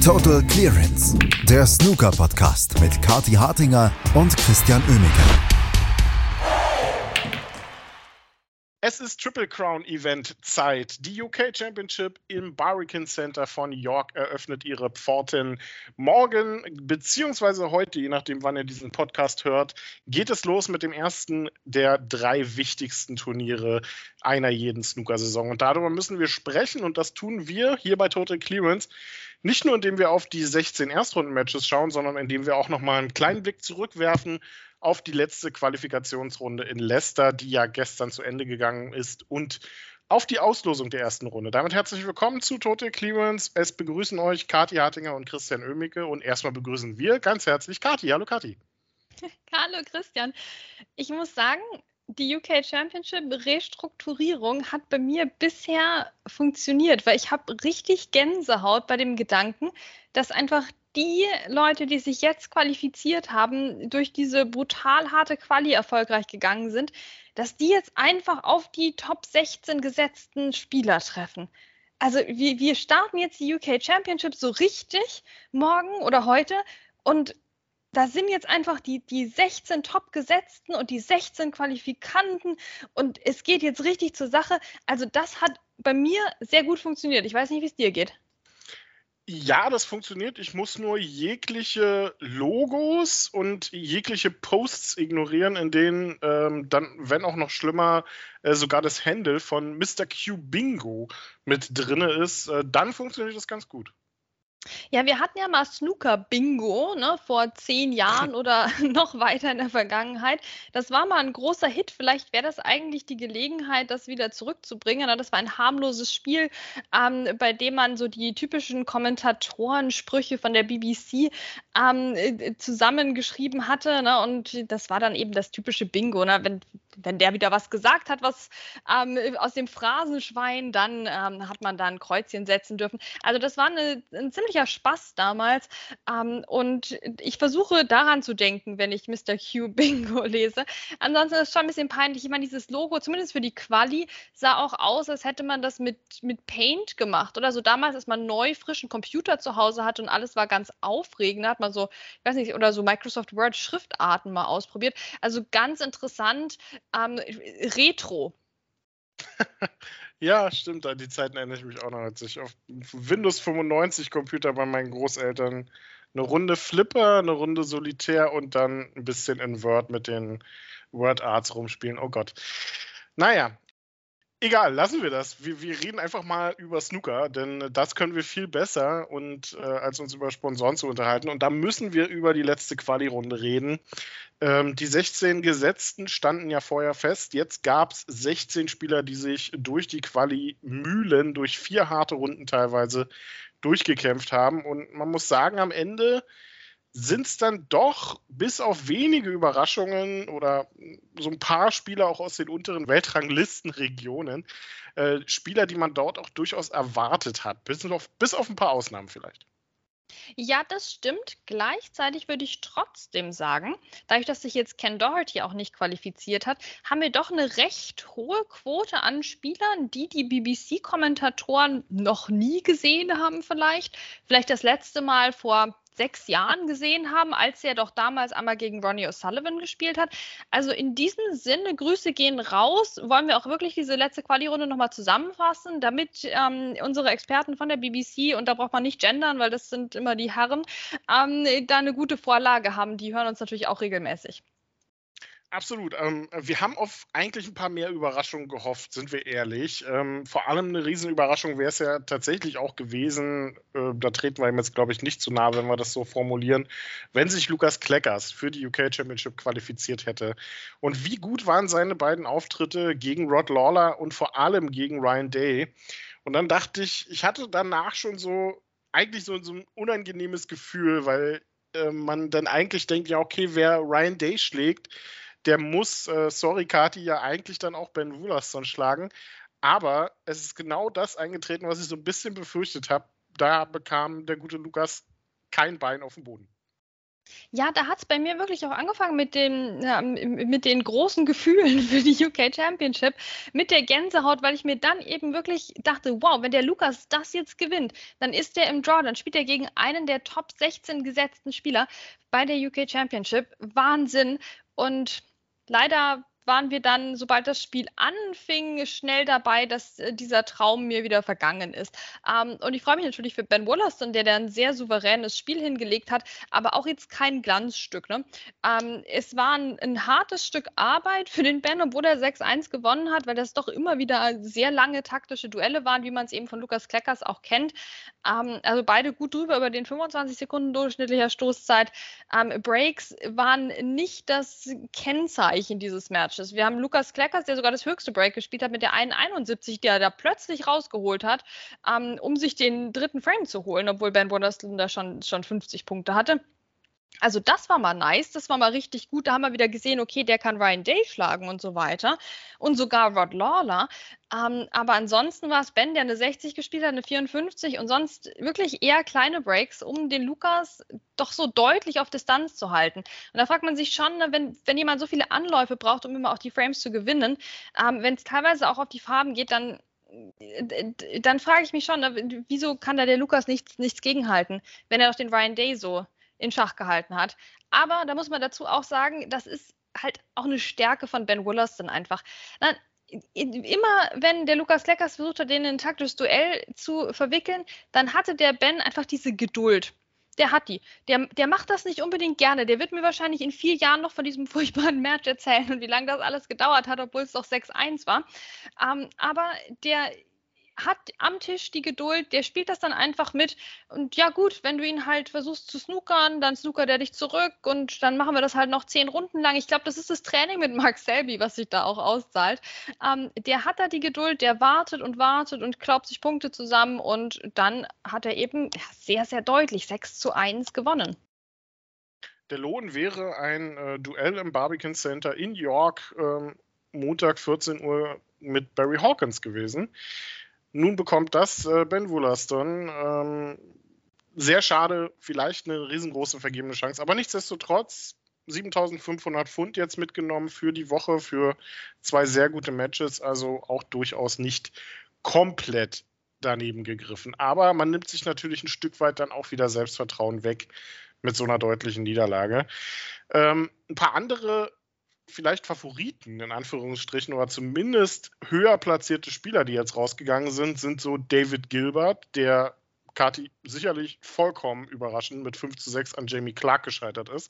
Total Clearance, der Snooker-Podcast mit Kathi Hartinger und Christian Oemeke. Es ist Triple Crown Event Zeit. Die UK Championship im Barbican Center von York eröffnet ihre Pforten. Morgen beziehungsweise heute, je nachdem wann ihr diesen Podcast hört, geht es los mit dem ersten der 3 wichtigsten Turniere einer jeden Snooker-Saison. Und darüber müssen wir sprechen und das tun wir hier bei Total Clearance. Nicht nur, indem wir auf die 16 Erstrunden-Matches schauen, sondern indem wir auch nochmal einen kleinen Blick zurückwerfen auf die letzte Qualifikationsrunde in Leicester, die ja gestern zu Ende gegangen ist, und auf die Auslosung der ersten Runde. Damit herzlich willkommen zu Total Clearance. Es begrüßen euch Kathi Hartinger und Christian Oemeke und erstmal begrüßen wir ganz herzlich Kathi. Hallo Kathi. Hallo Christian. Ich muss sagen, die UK Championship Restrukturierung hat bei mir bisher funktioniert, weil ich habe richtig Gänsehaut bei dem Gedanken, dass einfach die Leute, die sich jetzt qualifiziert haben, durch diese brutal harte Quali erfolgreich gegangen sind, dass die jetzt einfach auf die Top 16 gesetzten Spieler treffen. Also wir starten jetzt die UK Championship so richtig morgen oder heute und da sind jetzt einfach die 16 Top-Gesetzten und die 16 Qualifikanten und es geht jetzt richtig zur Sache. Also das hat bei mir sehr gut funktioniert. Ich weiß nicht, wie es dir geht. Ja, das funktioniert. Ich muss nur jegliche Logos und jegliche Posts ignorieren, in denen dann, wenn auch noch schlimmer, sogar das Handle von Mr. Q Bingo mit drin ist. Dann funktioniert das ganz gut. Ja, wir hatten ja mal Snooker-Bingo, ne, vor 10 Jahren oder noch weiter in der Vergangenheit. Das war mal ein großer Hit. Vielleicht wäre das eigentlich die Gelegenheit, das wieder zurückzubringen. Das war ein harmloses Spiel, bei dem man so die typischen Kommentatoren-Sprüche von der BBC zusammengeschrieben hatte. Ne, und das war dann eben das typische Bingo. Ne? Wenn der wieder was gesagt hat, was aus dem Phrasenschwein, dann hat man da ein Kreuzchen setzen dürfen. Also das war ein ziemlicher Spaß damals. Und ich versuche daran zu denken, wenn ich Mr. Q Bingo lese. Ansonsten ist es schon ein bisschen peinlich. Ich meine, dieses Logo, zumindest für die Quali, sah auch aus, als hätte man das mit Paint gemacht. Oder so damals, als man neu frischen Computer zu Hause hatte und alles war ganz aufregend. Da hat man so, ich weiß nicht, oder so Microsoft Word Schriftarten mal ausprobiert. Also ganz interessant. Retro. Ja, stimmt, an die Zeiten erinnere ich mich auch noch, als ich auf Windows 95 Computer bei meinen Großeltern eine Runde Flipper, eine Runde Solitär und dann ein bisschen in Word mit den Word Arts rumspielen. Oh Gott. Naja, egal, lassen wir das. Wir reden einfach mal über Snooker, denn das können wir viel besser als uns über Sponsoren zu unterhalten. Und da müssen wir über die letzte Quali-Runde reden. Die 16 Gesetzten standen ja vorher fest. Jetzt gab es 16 Spieler, die sich durch die Quali-Mühlen, durch 4 harte Runden teilweise, durchgekämpft haben. Und man muss sagen, am Ende sind es dann doch bis auf wenige Überraschungen oder so ein paar Spieler auch aus den unteren Weltranglistenregionen, Spieler, die man dort auch durchaus erwartet hat, bis auf ein paar Ausnahmen vielleicht. Ja, das stimmt. Gleichzeitig würde ich trotzdem sagen, dadurch, dass sich jetzt Ken Doherty auch nicht qualifiziert hat, haben wir doch eine recht hohe Quote an Spielern, die BBC-Kommentatoren noch nie gesehen haben vielleicht. Vielleicht das letzte Mal vor 6 Jahren gesehen haben, als er doch damals einmal gegen Ronnie O'Sullivan gespielt hat. Also in diesem Sinne, Grüße gehen raus. Wollen wir auch wirklich diese letzte Quali-Runde nochmal zusammenfassen, damit unsere Experten von der BBC, und da braucht man nicht gendern, weil das sind immer die Herren, da eine gute Vorlage haben. Die hören uns natürlich auch regelmäßig. Absolut. Wir haben auf eigentlich ein paar mehr Überraschungen gehofft, sind wir ehrlich. Vor allem eine Riesenüberraschung wäre es ja tatsächlich auch gewesen, da treten wir ihm jetzt, glaube ich, nicht zu nahe, wenn wir das so formulieren, wenn sich Lukas Kleckers für die UK Championship qualifiziert hätte. Und wie gut waren seine beiden Auftritte gegen Rod Lawler und vor allem gegen Ryan Day? Und dann dachte ich hatte danach schon eigentlich so ein unangenehmes Gefühl, weil man dann eigentlich denkt, ja okay, wer Ryan Day schlägt, der muss, sorry Kathi, ja eigentlich dann auch Ben Woolaston schlagen. Aber es ist genau das eingetreten, was ich so ein bisschen befürchtet habe. Da bekam der gute Lukas kein Bein auf den Boden. Ja, da hat es bei mir wirklich auch angefangen mit mit den großen Gefühlen für die UK Championship, mit der Gänsehaut, weil ich mir dann eben wirklich dachte, wow, wenn der Lukas das jetzt gewinnt, dann ist der im Draw, dann spielt er gegen einen der Top 16 gesetzten Spieler bei der UK Championship. Wahnsinn. Und leider waren wir dann, sobald das Spiel anfing, schnell dabei, dass dieser Traum mir wieder vergangen ist. Und ich freue mich natürlich für Ben Wollaston, der ein sehr souveränes Spiel hingelegt hat, aber auch jetzt kein Glanzstück. Ne? Es war ein hartes Stück Arbeit für den Ben, obwohl er 6-1 gewonnen hat, weil das doch immer wieder sehr lange taktische Duelle waren, wie man es eben von Lukas Kleckers auch kennt. Also beide gut drüber über den 25 Sekunden durchschnittlicher Stoßzeit. Breaks waren nicht das Kennzeichen dieses Matches. Wir haben Lukas Kleckers, der sogar das höchste Break gespielt hat, mit der 1,71, die er da plötzlich rausgeholt hat, um sich den dritten Frame zu holen, obwohl Ben Wollaston da schon 50 Punkte hatte. Also das war mal nice, das war mal richtig gut. Da haben wir wieder gesehen, okay, der kann Ryan Day schlagen und so weiter. Und sogar Rod Lawler. Aber ansonsten war es Ben, der eine 60 gespielt hat, eine 54 und sonst wirklich eher kleine Breaks, um den Lukas doch so deutlich auf Distanz zu halten. Und da fragt man sich schon, wenn jemand so viele Anläufe braucht, um immer auch die Frames zu gewinnen, wenn es teilweise auch auf die Farben geht, dann frage ich mich schon, wieso kann da der Lukas nichts gegenhalten, wenn er doch den Ryan Day so in Schach gehalten hat. Aber da muss man dazu auch sagen, das ist halt auch eine Stärke von Ben Wollaston einfach. Immer wenn der Lukas Kleckers versucht hat, den in ein taktisches Duell zu verwickeln, dann hatte der Ben einfach diese Geduld. Der hat die. Der macht das nicht unbedingt gerne. Der wird mir wahrscheinlich in 4 Jahren noch von diesem furchtbaren Match erzählen und wie lange das alles gedauert hat, obwohl es doch 6-1 war. Aber der hat am Tisch die Geduld, der spielt das dann einfach mit. Und ja gut, wenn du ihn halt versuchst zu snookern, dann snookert er dich zurück und dann machen wir das halt noch 10 Runden lang. Ich glaube, das ist das Training mit Mark Selby, was sich da auch auszahlt. Der hat da die Geduld, der wartet und klaubt sich Punkte zusammen und dann hat er eben sehr, sehr deutlich 6-1 gewonnen. Der Lohn wäre ein Duell im Barbican Center in York, Montag 14 Uhr mit Barry Hawkins gewesen. Nun bekommt das Ben Wollaston. Sehr schade, vielleicht eine riesengroße vergebene Chance, aber nichtsdestotrotz 7.500 Pfund jetzt mitgenommen für die Woche, für 2 sehr gute Matches, also auch durchaus nicht komplett daneben gegriffen. Aber man nimmt sich natürlich ein Stück weit dann auch wieder Selbstvertrauen weg mit so einer deutlichen Niederlage. Ein paar andere vielleicht Favoriten, in Anführungsstrichen, oder zumindest höher platzierte Spieler, die jetzt rausgegangen sind so David Gilbert, der Kati sicherlich vollkommen überraschend mit 5-6 an Jamie Clark gescheitert ist.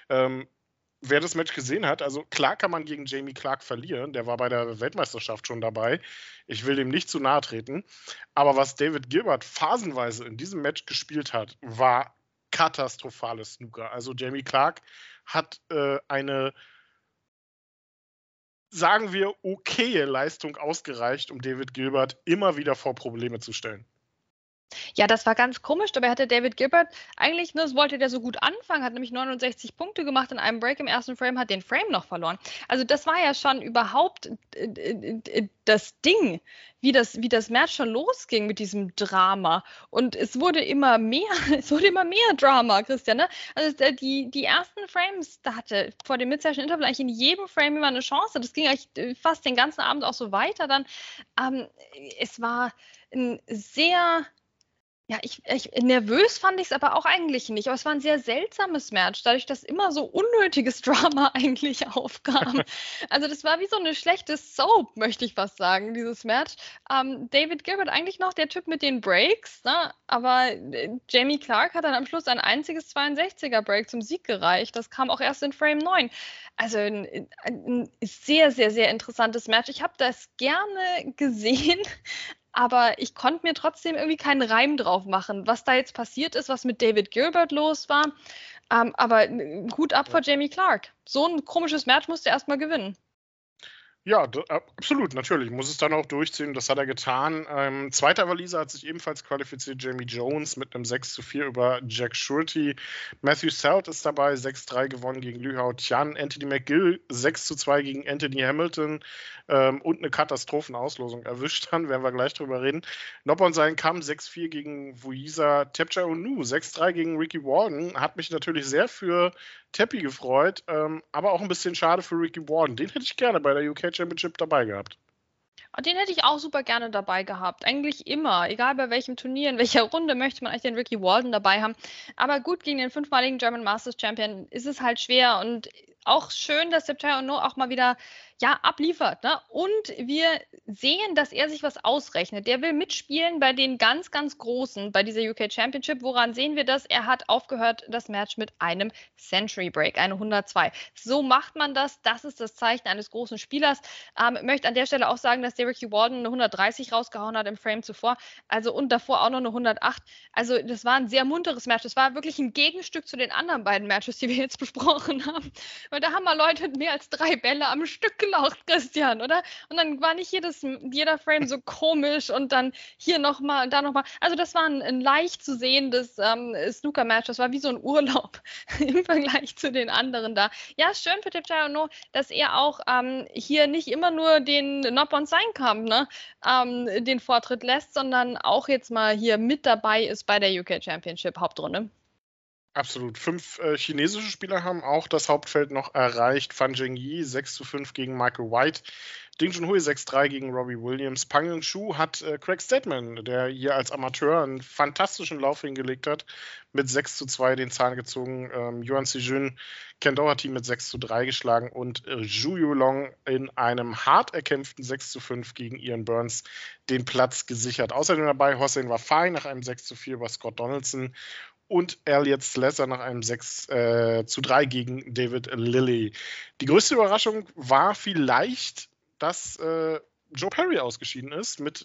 Wer das Match gesehen hat, also klar kann man gegen Jamie Clark verlieren, der war bei der Weltmeisterschaft schon dabei. Ich will dem nicht zu nahe treten, aber was David Gilbert phasenweise in diesem Match gespielt hat, war katastrophales Snooker. Also Jamie Clark hat eine, sagen wir, okaye Leistung ausgereicht, um David Gilbert immer wieder vor Probleme zu stellen. Ja, das war ganz komisch. Dabei hatte David Gilbert eigentlich, das wollte der so gut anfangen, hat nämlich 69 Punkte gemacht in einem Break im ersten Frame, hat den Frame noch verloren. Also das war ja schon überhaupt das Ding, wie das Match schon losging mit diesem Drama. Und es wurde immer mehr Drama, Christian. Ne? Also die ersten Frames, da hatte vor dem Mid-Session-Interval eigentlich in jedem Frame immer eine Chance. Das ging eigentlich fast den ganzen Abend auch so weiter dann. Es war ein sehr... Ja, nervös fand ich es aber auch eigentlich nicht. Aber es war ein sehr seltsames Match, dadurch, dass immer so unnötiges Drama eigentlich aufkam. Also das war wie so eine schlechte Soap, möchte ich fast sagen, dieses Match. David Gilbert eigentlich noch der Typ mit den Breaks, ne? Aber Jamie Clark hat dann am Schluss ein einziges 62er Break zum Sieg gereicht. Das kam auch erst in Frame 9. Also ein sehr, sehr, sehr interessantes Match. Ich habe das gerne gesehen. Aber ich konnte mir trotzdem irgendwie keinen Reim drauf machen, was da jetzt passiert ist, was mit David Gilbert los war. Aber Hut ab vor Jamie Clark. So ein komisches Match musste er erstmal gewinnen. Ja, absolut, natürlich. Muss es dann auch durchziehen. Das hat er getan. Zweiter Waliser hat sich ebenfalls qualifiziert, Jamie Jones mit einem 6:4 über Jack Schulte. Matthew Selt ist dabei, 6:3 gewonnen gegen Liu Hao Tian. Anthony McGill 6:2 gegen Anthony Hamilton und eine Katastrophenauslosung erwischt dann, werden wir gleich drüber reden. Noppon Sein Kam 6:4 gegen Wuisa. Tapchai Onu 6:3 gegen Ricky Warden. Hat mich natürlich sehr für Teppi gefreut, aber auch ein bisschen schade für Ricky Warden. Den hätte ich gerne bei der UK Championship dabei gehabt. Den hätte ich auch super gerne dabei gehabt. Eigentlich immer. Egal bei welchem Turnier, in welcher Runde möchte man eigentlich den Ricky Walden dabei haben. Aber gut, gegen den 5-maligen German Masters Champion ist es halt schwer. Und auch schön, dass Tapchai Onu auch mal wieder abliefert. Ne? Und wir sehen, dass er sich was ausrechnet. Der will mitspielen bei den ganz, ganz Großen, bei dieser UK Championship. Woran sehen wir das? Er hat aufgehört, das Match mit einem Century Break, eine 102. So macht man das. Das ist das Zeichen eines großen Spielers. Möchte an der Stelle auch sagen, dass der Ricky Warden eine 130 rausgehauen hat im Frame zuvor. Also und davor auch noch eine 108. Also das war ein sehr munteres Match. Das war wirklich ein Gegenstück zu den anderen beiden Matches, die wir jetzt besprochen haben. Weil da haben wir Leute mit mehr als 3 Bälle am Stück gelaucht, Christian, oder? Und dann war nicht jeder Frame so komisch und dann hier nochmal und da nochmal. Also das war ein leicht zu sehendes Snooker-Match. Das war wie so ein Urlaub im Vergleich zu den anderen da. Ja, schön für Tapchai Onu, dass er auch hier nicht immer nur den Noppon Sein Kam, ne, den Vortritt lässt, sondern auch jetzt mal hier mit dabei ist bei der UK Championship Hauptrunde. Absolut. 5 chinesische Spieler haben auch das Hauptfeld noch erreicht. Fan Zhengyi 6:5 gegen Michael White. Ding Junhui 6:3 gegen Robbie Williams. Pang Yong-Shu hat Craig Stedman, der hier als Amateur einen fantastischen Lauf hingelegt hat, mit 6:2 den Zahn gezogen. Yuan Xijun, Ken Doherty mit 6:3 geschlagen und Zhu Yulong in einem hart erkämpften 6:5 gegen Ian Burns den Platz gesichert. Außerdem dabei Hossein Wafai nach einem 6:4 über Scott Donaldson und Elliot Slesser nach einem 6:3 gegen David Lilley. Die größte Überraschung war vielleicht, dass Joe Perry ausgeschieden ist mit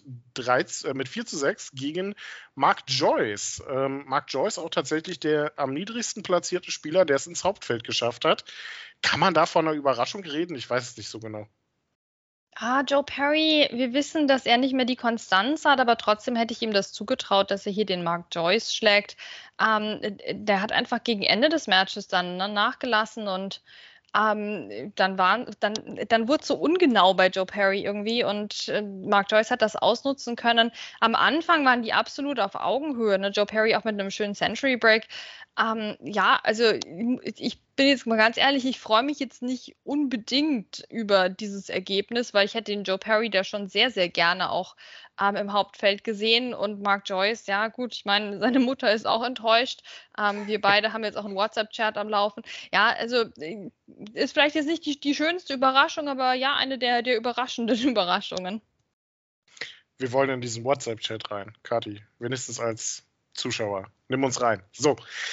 4:6 gegen Mark Joyce. Mark Joyce auch tatsächlich der am niedrigsten platzierte Spieler, der es ins Hauptfeld geschafft hat. Kann man da von einer Überraschung reden? Ich weiß es nicht so genau. Joe Perry, wir wissen, dass er nicht mehr die Konstanz hat, aber trotzdem hätte ich ihm das zugetraut, dass er hier den Mark Joyce schlägt. Der hat einfach gegen Ende des Matches dann nachgelassen und dann wurde es so ungenau bei Joe Perry irgendwie und Mark Joyce hat das ausnutzen können. Am Anfang waren die absolut auf Augenhöhe, ne? Joe Perry auch mit einem schönen Century Break. Also ich bin jetzt mal ganz ehrlich, ich freue mich jetzt nicht unbedingt über dieses Ergebnis, weil ich hätte den Joe Perry da schon sehr, sehr gerne auch im Hauptfeld gesehen und Mark Joyce, ja gut, ich meine, seine Mutter ist auch enttäuscht. Wir beide haben jetzt auch einen WhatsApp-Chat am Laufen. Ja, also ist vielleicht jetzt nicht die schönste Überraschung, aber ja, eine der überraschenden Überraschungen. Wir wollen in diesen WhatsApp-Chat rein, Kathi, wenigstens als Zuschauer. Nimm uns rein. So.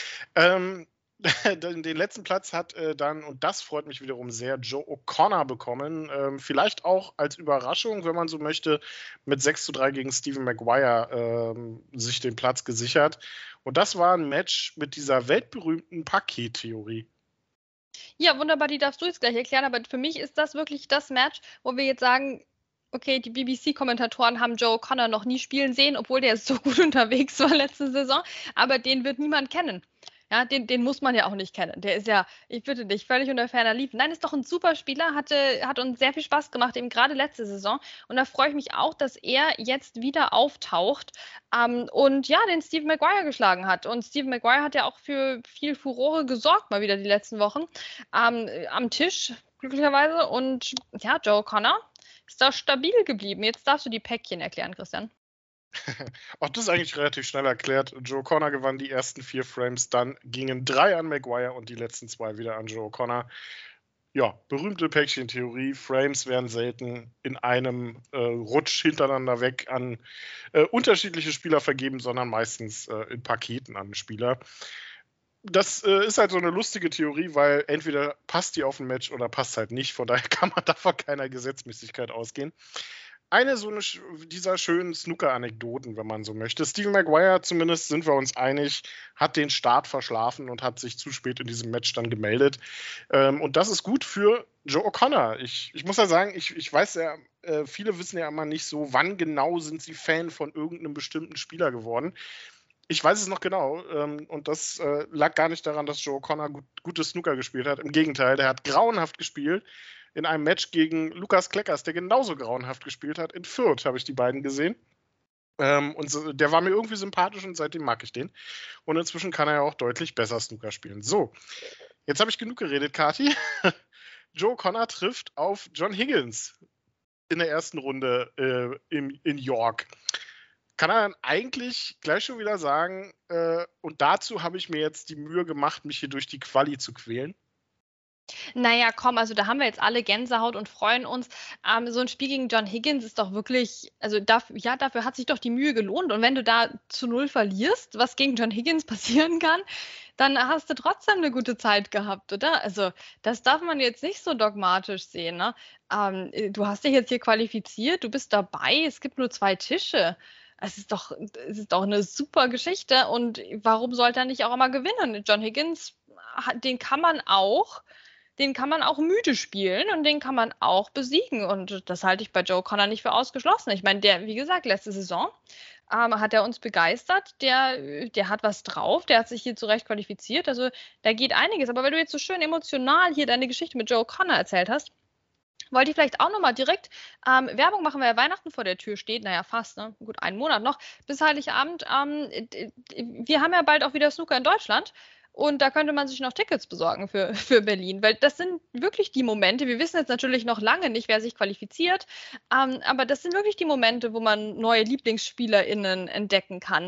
Den letzten Platz hat dann, und das freut mich wiederum sehr, Joe O'Connor bekommen. Vielleicht auch als Überraschung, wenn man so möchte, mit 6:3 gegen Stephen Maguire sich den Platz gesichert. Und das war ein Match mit dieser weltberühmten Pakettheorie. Ja, wunderbar, die darfst du jetzt gleich erklären, aber für mich ist das wirklich das Match, wo wir jetzt sagen, okay, die BBC-Kommentatoren haben Joe O'Connor noch nie spielen sehen, obwohl der so gut unterwegs war letzte Saison, aber den wird niemand kennen. Ja, den muss man ja auch nicht kennen. Der ist ja, ich bitte dich, völlig unter ferner Liefen. Nein, ist doch ein super Spieler, hat uns sehr viel Spaß gemacht, eben gerade letzte Saison. Und da freue ich mich auch, dass er jetzt wieder auftaucht und ja, den Stephen Maguire geschlagen hat. Und Stephen Maguire hat ja auch für viel Furore gesorgt, mal wieder die letzten Wochen am Tisch, glücklicherweise. Und ja, Joe O'Connor ist da stabil geblieben. Jetzt darfst du die Päckchen erklären, Christian. Auch das ist eigentlich relativ schnell erklärt. Joe O'Connor gewann die ersten 4 Frames, dann gingen 3 an Maguire und die letzten 2 wieder an Joe O'Connor. Ja, berühmte Päckchen-Theorie. Frames werden selten in einem Rutsch hintereinander weg an unterschiedliche Spieler vergeben, sondern meistens in Paketen an Spieler. Das ist halt so eine lustige Theorie, weil entweder passt die auf ein Match oder passt halt nicht. Von daher kann man da von keiner Gesetzmäßigkeit ausgehen. dieser schönen Snooker-Anekdoten, wenn man so möchte. Stephen Maguire, zumindest sind wir uns einig, hat den Start verschlafen und hat sich zu spät in diesem Match dann gemeldet. Und das ist gut für Joe O'Connor. Ich muss ja sagen, ich weiß ja, viele wissen ja immer nicht so, wann genau sind sie Fan von irgendeinem bestimmten Spieler geworden. Ich weiß es noch genau, und das lag gar nicht daran, dass Joe O'Connor gutes Snooker gespielt hat. Im Gegenteil, der hat grauenhaft gespielt. In einem Match gegen Lukas Kleckers, der genauso grauenhaft gespielt hat. In Fürth habe ich die beiden gesehen. Und der war mir irgendwie sympathisch und seitdem mag ich den. Und inzwischen kann er ja auch deutlich besser Snooker spielen. So, jetzt habe ich genug geredet, Kathi. Joe O'Connor trifft auf John Higgins in der ersten Runde in York. Kann er dann eigentlich gleich schon wieder sagen, und dazu habe ich mir jetzt die Mühe gemacht, mich hier durch die Quali zu quälen. Naja, komm, also da haben wir jetzt alle Gänsehaut und freuen uns. So ein Spiel gegen John Higgins ist doch wirklich, also dafür hat sich doch die Mühe gelohnt. Und wenn du da zu 0 verlierst, was gegen John Higgins passieren kann, dann hast du trotzdem eine gute Zeit gehabt, oder? Also das darf man jetzt nicht so dogmatisch sehen, ne? Du hast dich jetzt hier qualifiziert, du bist dabei, es gibt nur 2 Tische. Es ist doch eine super Geschichte. Und warum sollte er nicht auch mal gewinnen? John Higgins, den kann man auch müde spielen und den kann man auch besiegen. Und das halte ich bei Joe O'Connor nicht für ausgeschlossen. Ich meine, wie gesagt, letzte Saison hat er uns begeistert. Der hat was drauf, der hat sich hier zurecht qualifiziert. Also da geht einiges. Aber weil du jetzt so schön emotional hier deine Geschichte mit Joe O'Connor erzählt hast, wollte ich vielleicht auch nochmal direkt Werbung machen, weil ja Weihnachten vor der Tür steht. Naja, fast, ne? Gut, einen Monat noch bis Heiligabend. Wir haben ja bald auch wieder Snooker in Deutschland. Und da könnte man sich noch Tickets besorgen für Berlin, weil das sind wirklich die Momente. Wir wissen jetzt natürlich noch lange nicht, wer sich qualifiziert, aber das sind wirklich die Momente, wo man neue LieblingsspielerInnen entdecken kann.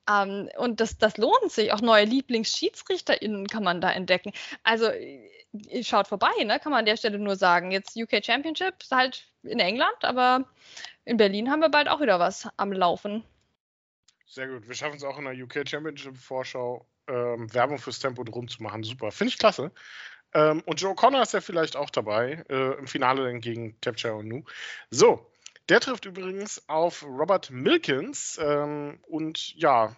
Und das lohnt sich. Auch neue LieblingsschiedsrichterInnen kann man da entdecken. Also schaut vorbei, ne? Kann man an der Stelle nur sagen. Jetzt UK Championship ist halt in England, aber in Berlin haben wir bald auch wieder was am Laufen. Sehr gut. Wir schaffen es auch in der UK Championship Vorschau, Werbung fürs Tempo drum zu machen. Super. Finde ich klasse. Und Joe O'Connor ist ja vielleicht auch dabei, im Finale dann gegen Tapchai Onu. So, der trifft übrigens auf Robert Milkins und ja,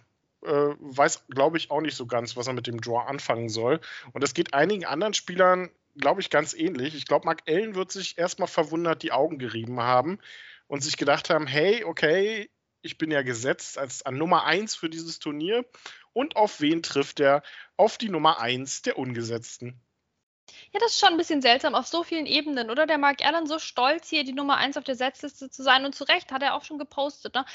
weiß, glaube ich, auch nicht so ganz, was er mit dem Draw anfangen soll. Und das geht einigen anderen Spielern, glaube ich, ganz ähnlich. Ich glaube, Mark Allen wird sich erstmal verwundert die Augen gerieben haben und sich gedacht haben, hey, okay, ich bin ja gesetzt an Nummer 1 für dieses Turnier. Und auf wen trifft er? Auf die Nummer 1 der Ungesetzten. Ja, das ist schon ein bisschen seltsam auf so vielen Ebenen, oder? Der Mark Allen so stolz, hier die Nummer 1 auf der Setzliste zu sein. Und zu Recht, hat er auch schon gepostet, ne?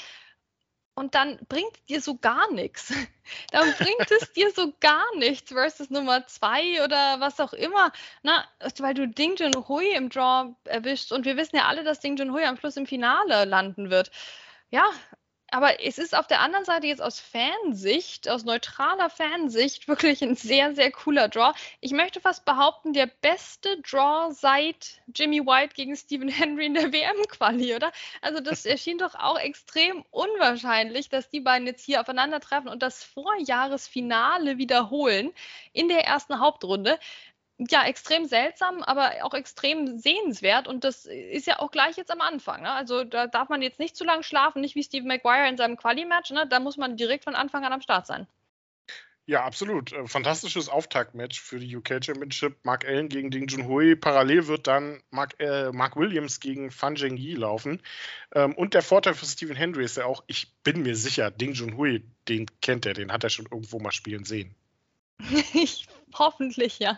Und dann bringt dir so gar nichts. Dann bringt es dir so gar nichts versus Nummer 2 oder was auch immer. Na, weil du Ding Junhui im Draw erwischst. Und wir wissen ja alle, dass Ding Junhui am Schluss im Finale landen wird. Ja, aber es ist auf der anderen Seite jetzt aus Fansicht, aus neutraler Fansicht, wirklich ein sehr, sehr cooler Draw. Ich möchte fast behaupten, der beste Draw seit Jimmy White gegen Stephen Hendry in der WM-Quali, oder? Also das erschien doch auch extrem unwahrscheinlich, dass die beiden jetzt hier aufeinandertreffen und das Vorjahresfinale wiederholen in der ersten Hauptrunde. Ja, extrem seltsam, aber auch extrem sehenswert. Und das ist ja auch gleich jetzt am Anfang. Ne? Also da darf man jetzt nicht zu lange schlafen, nicht wie Stephen Maguire in seinem Quali-Match. Ne? Da muss man direkt von Anfang an am Start sein. Ja, absolut. Fantastisches Auftaktmatch für die UK Championship. Mark Allen gegen Ding Junhui. Parallel wird dann Mark Williams gegen Fan Zhengyi laufen. Und der Vorteil für Stephen Hendry ist ja auch, ich bin mir sicher, Ding Junhui, den kennt er, den hat er schon irgendwo mal spielen sehen. Hoffentlich, ja.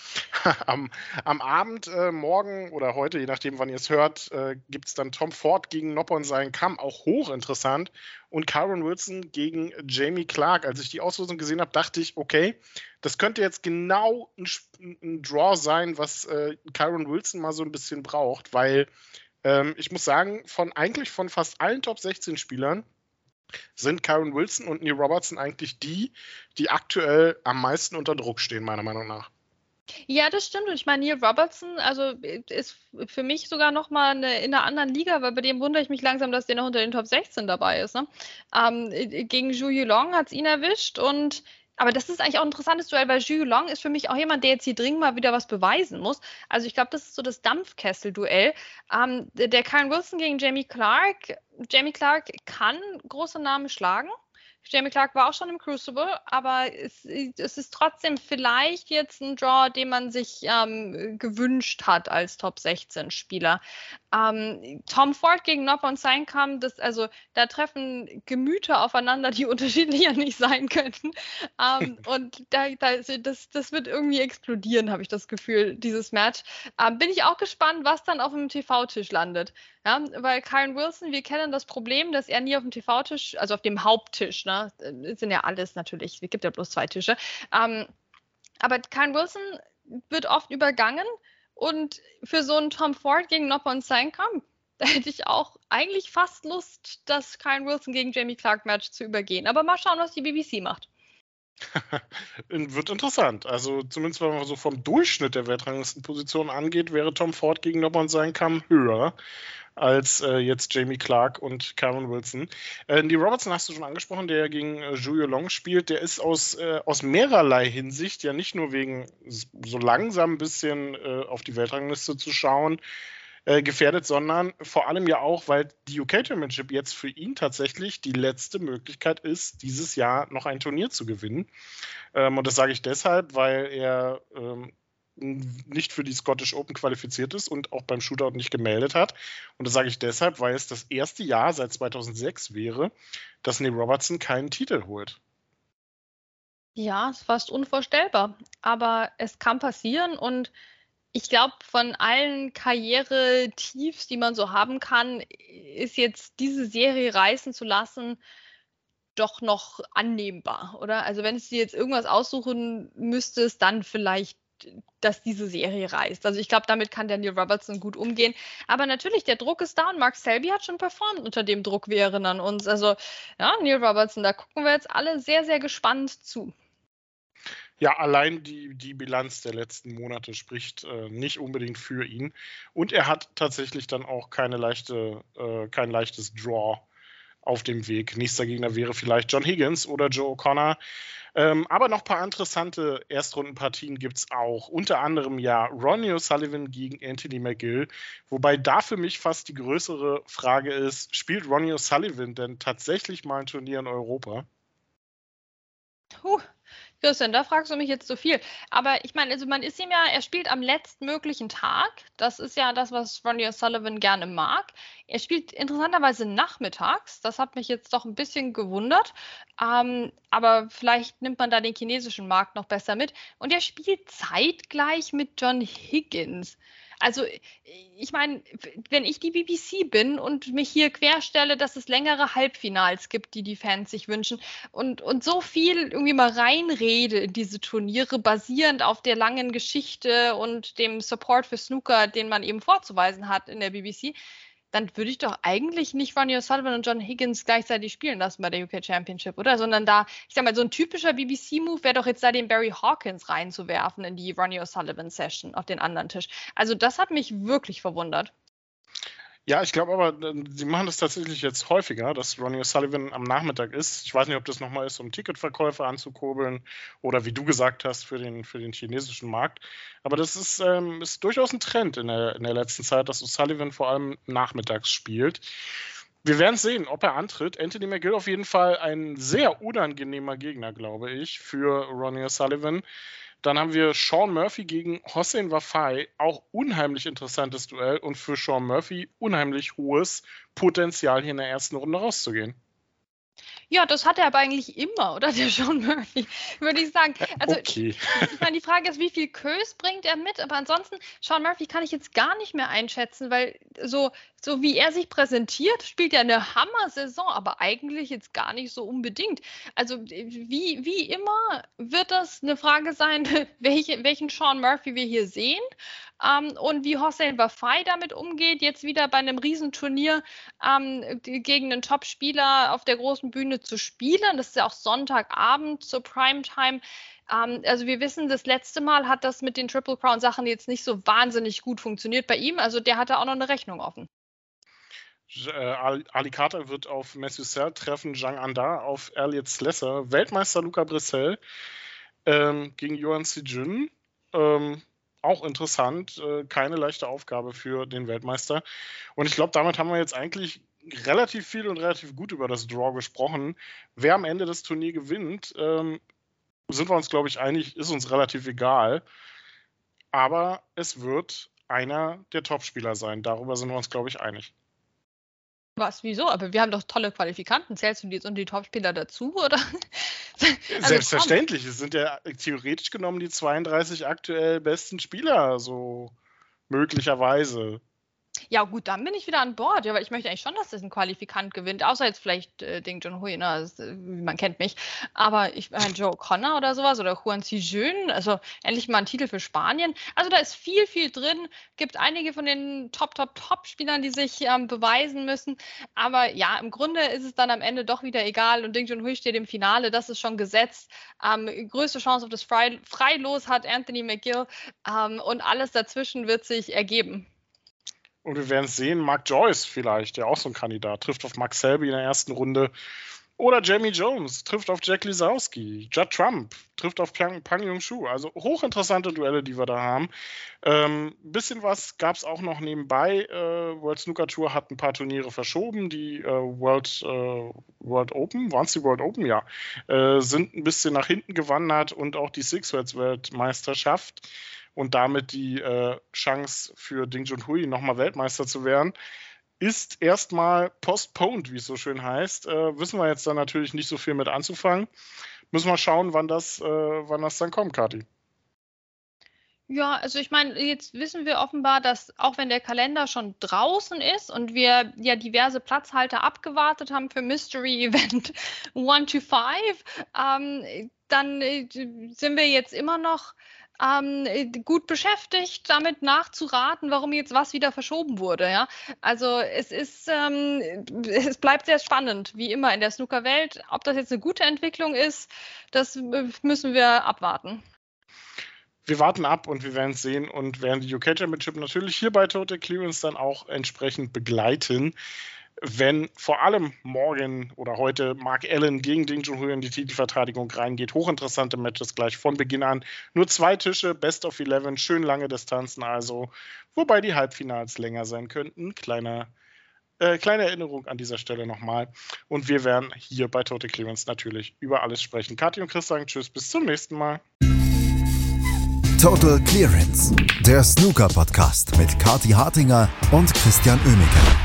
Am Abend, morgen oder heute, je nachdem, wann ihr es hört, gibt es dann Tom Ford gegen Noppon Sein Kam, auch hochinteressant. Und Kyron Wilson gegen Jamie Clark. Als ich die Auslosung gesehen habe, dachte ich, okay, das könnte jetzt genau ein Draw sein, was Kyron Wilson mal so ein bisschen braucht, weil ich muss sagen, eigentlich von fast allen Top 16 Spielern sind Kyron Wilson und Neil Robertson eigentlich die aktuell am meisten unter Druck stehen, meiner Meinung nach. Ja, das stimmt. Und ich meine, Neil Robertson, also ist für mich sogar nochmal in einer anderen Liga, weil bei dem wundere ich mich langsam, dass der noch unter den Top 16 dabei ist. Ne? Gegen Zhu Yulong hat es ihn erwischt und Aber das ist eigentlich auch ein interessantes Duell, weil Zhu Long ist für mich auch jemand, der jetzt hier dringend mal wieder was beweisen muss. Also ich glaube, das ist so das Dampfkessel-Duell. Der Karen Wilson gegen Jamie Clark. Jamie Clark kann große Namen schlagen. Jamie Clark war auch schon im Crucible, aber es ist trotzdem vielleicht jetzt ein Draw, den man sich gewünscht hat als Top-16-Spieler. Tom Ford gegen Noppa und Steinkam, da treffen Gemüter aufeinander, die unterschiedlicher nicht sein könnten. Und das wird irgendwie explodieren, habe ich das Gefühl, dieses Match. Bin ich auch gespannt, was dann auf dem TV-Tisch landet. Ja, weil Karen Wilson, wir kennen das Problem, dass er nie auf dem TV-Tisch, also auf dem Haupttisch, ne, sind ja alles natürlich, es gibt ja bloß 2 Tische, aber Karen Wilson wird oft übergangen und für so einen Tom Ford gegen Noppa und Steinkam, da hätte ich auch eigentlich fast Lust, das Karen Wilson gegen Jamie Clark Match zu übergehen. Aber mal schauen, was die BBC macht. Wird interessant. Also zumindest, wenn man so vom Durchschnitt der Weltranglistenpositionen angeht, wäre Tom Ford gegen Noppa und Steinkam höher als jetzt Jamie Clark und Karen Wilson. Die Robertson hast du schon angesprochen, der gegen Zhu Long spielt. Der ist aus mehrerlei Hinsicht, ja nicht nur wegen so langsam ein bisschen auf die Weltrangliste zu schauen, gefährdet, sondern vor allem ja auch, weil die UK Championship jetzt für ihn tatsächlich die letzte Möglichkeit ist, dieses Jahr noch ein Turnier zu gewinnen. Und das sage ich deshalb, weil er nicht für die Scottish Open qualifiziert ist und auch beim Shootout nicht gemeldet hat. Und das sage ich deshalb, weil es das erste Jahr seit 2006 wäre, dass Neil Robertson keinen Titel holt. Ja, ist fast unvorstellbar. Aber es kann passieren und ich glaube, von allen Karriere-Tiefs, die man so haben kann, ist jetzt diese Serie reißen zu lassen doch noch annehmbar, oder? Also wenn es dir jetzt irgendwas aussuchen müsstest, dann vielleicht, dass diese Serie reißt. Also ich glaube, damit kann der Neil Robertson gut umgehen. Aber natürlich, der Druck ist da und Mark Selby hat schon performt unter dem Druck, wir erinnern uns. Also ja, Neil Robertson, da gucken wir jetzt alle sehr, sehr gespannt zu. Ja, allein die Bilanz der letzten Monate spricht nicht unbedingt für ihn. Und er hat tatsächlich dann auch kein leichtes Draw auf dem Weg. Nächster Gegner wäre vielleicht John Higgins oder Joe O'Connor. Aber noch ein paar interessante Erstrundenpartien gibt es auch. Unter anderem ja Ronnie O'Sullivan gegen Anthony McGill. Wobei da für mich fast die größere Frage ist, spielt Ronnie O'Sullivan denn tatsächlich mal ein Turnier in Europa? Christian, da fragst du mich jetzt so viel. Aber ich meine, also man ist ihm ja, er spielt am letztmöglichen Tag. Das ist ja das, was Ronnie O'Sullivan gerne mag. Er spielt interessanterweise nachmittags. Das hat mich jetzt doch ein bisschen gewundert. Aber vielleicht nimmt man da den chinesischen Markt noch besser mit. Und er spielt zeitgleich mit John Higgins. Also, ich meine, wenn ich die BBC bin und mich hier querstelle, dass es längere Halbfinals gibt, die Fans sich wünschen und so viel irgendwie mal reinrede in diese Turniere, basierend auf der langen Geschichte und dem Support für Snooker, den man eben vorzuweisen hat in der BBC, dann würde ich doch eigentlich nicht Ronnie O'Sullivan und John Higgins gleichzeitig spielen lassen bei der UK Championship, oder? Sondern da, ich sag mal, so ein typischer BBC-Move wäre doch jetzt da den Barry Hawkins reinzuwerfen in die Ronnie O'Sullivan-Session auf den anderen Tisch. Also das hat mich wirklich verwundert. Ja, ich glaube aber, sie machen das tatsächlich jetzt häufiger, dass Ronnie O'Sullivan am Nachmittag ist. Ich weiß nicht, ob das nochmal ist, um Ticketverkäufe anzukurbeln oder wie du gesagt hast, für den chinesischen Markt. Aber das ist durchaus ein Trend in der letzten Zeit, dass O'Sullivan vor allem nachmittags spielt. Wir werden sehen, ob er antritt. Anthony McGill auf jeden Fall ein sehr unangenehmer Gegner, glaube ich, für Ronnie O'Sullivan. Dann haben wir Sean Murphy gegen Hossein Wafai, auch unheimlich interessantes Duell und für Sean Murphy unheimlich hohes Potenzial, hier in der ersten Runde rauszugehen. Ja, das hat er aber eigentlich immer, oder? Der Sean Murphy, würde ich sagen. Also, okay. Ich meine, die Frage ist, wie viel Kös bringt er mit? Aber ansonsten, Sean Murphy kann ich jetzt gar nicht mehr einschätzen, weil so wie er sich präsentiert, spielt er eine Hammer-Saison, aber eigentlich jetzt gar nicht so unbedingt. Also, wie immer wird das eine Frage sein, welchen Sean Murphy wir hier sehen. Und wie Hossein Wafai damit umgeht, jetzt wieder bei einem Riesenturnier gegen einen Top-Spieler auf der großen Bühne zu spielen. Das ist ja auch Sonntagabend zur Primetime. Also wir wissen, das letzte Mal hat das mit den Triple Crown Sachen jetzt nicht so wahnsinnig gut funktioniert bei ihm. Also der hatte auch noch eine Rechnung offen. Ali Carter wird auf Matthew Sell treffen, Zhang Anda auf Elliot Slesser, Weltmeister Luca Brissell gegen Yuan Sijun. Auch interessant, keine leichte Aufgabe für den Weltmeister. Und ich glaube, damit haben wir jetzt eigentlich relativ viel und relativ gut über das Draw gesprochen. Wer am Ende das Turnier gewinnt, sind wir uns, glaube ich, einig, ist uns relativ egal. Aber es wird einer der Topspieler sein. Darüber sind wir uns, glaube ich, einig. Was, wieso? Aber wir haben doch tolle Qualifikanten. Zählst du die jetzt und die Topspieler dazu, oder? Also, selbstverständlich. Es sind ja theoretisch genommen die 32 aktuell besten Spieler, so möglicherweise. Ja gut, dann bin ich wieder an Bord, ja, weil ich möchte eigentlich schon, dass das ein Qualifikant gewinnt, außer jetzt vielleicht Ding Junhui, ne? Das, man kennt mich, aber ich meine Joe Connor oder sowas oder Yuan Sijun, also endlich mal ein Titel für Spanien, also da ist viel drin, gibt einige von den Top-Spielern, die sich beweisen müssen, aber ja, im Grunde ist es dann am Ende doch wieder egal und Ding Junhui steht im Finale, das ist schon gesetzt, größte Chance auf das Freilos hat Anthony McGill und alles dazwischen wird sich ergeben. Und wir werden es sehen, Mark Joyce vielleicht, der auch so ein Kandidat, trifft auf Mark Selby in der ersten Runde. Oder Jamie Jones trifft auf Jack Lisowski. Judd Trump trifft auf Pang Yong-Shu. Also hochinteressante Duelle, die wir da haben. Bisschen was gab es auch noch nebenbei. World Snooker Tour hat ein paar Turniere verschoben. Die World Open, waren es die World Open? Ja. Sind ein bisschen nach hinten gewandert und auch die Six-Worlds-Weltmeisterschaft und damit die Chance für Ding Junhui nochmal Weltmeister zu werden, ist erstmal postponed, wie es so schön heißt. Wissen wir jetzt dann natürlich nicht so viel mit anzufangen. Müssen wir schauen, wann das dann kommt, Kathi. Ja, also ich meine, jetzt wissen wir offenbar, dass auch wenn der Kalender schon draußen ist und wir ja diverse Platzhalter abgewartet haben für Mystery Event 1 to 5, dann sind wir jetzt immer noch gut beschäftigt, damit nachzuraten, warum jetzt was wieder verschoben wurde. Ja? Also es bleibt sehr spannend, wie immer in der Snooker-Welt. Ob das jetzt eine gute Entwicklung ist, das müssen wir abwarten. Wir warten ab und wir werden es sehen und werden die UK Championship natürlich hier bei Total Clearance dann auch entsprechend begleiten. Wenn vor allem morgen oder heute Mark Allen gegen Ding Junhui in die Titelverteidigung reingeht. Hochinteressante Matches gleich von Beginn an. Nur 2 Tische, Best of 11, schön lange Distanzen also. Wobei die Halbfinals länger sein könnten. Kleine Erinnerung an dieser Stelle nochmal. Und wir werden hier bei Total Clearance natürlich über alles sprechen. Kathi und Chris sagen tschüss, bis zum nächsten Mal. Total Clearance, der Snooker-Podcast mit Kathi Hartinger und Christian Oemeke.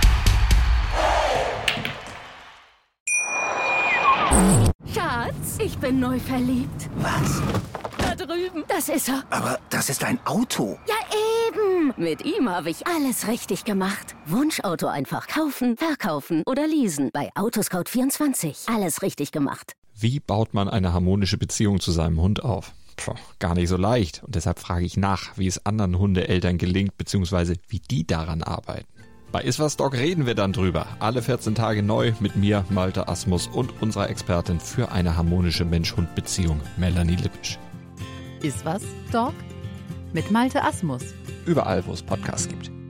Schatz, ich bin neu verliebt. Was? Da drüben. Das ist er. Aber das ist ein Auto. Ja, eben. Mit ihm habe ich alles richtig gemacht. Wunschauto einfach kaufen, verkaufen oder leasen. Bei Autoscout24. Alles richtig gemacht. Wie baut man eine harmonische Beziehung zu seinem Hund auf? Gar nicht so leicht. Und deshalb frage ich nach, wie es anderen Hundeeltern gelingt, beziehungsweise wie die daran arbeiten. Bei Iswas Dog reden wir dann drüber. Alle 14 Tage neu mit mir, Malte Asmus und unserer Expertin für eine harmonische Mensch-Hund-Beziehung, Melanie Lippisch. Iswas Dog mit Malte Asmus. Überall, wo es Podcasts gibt.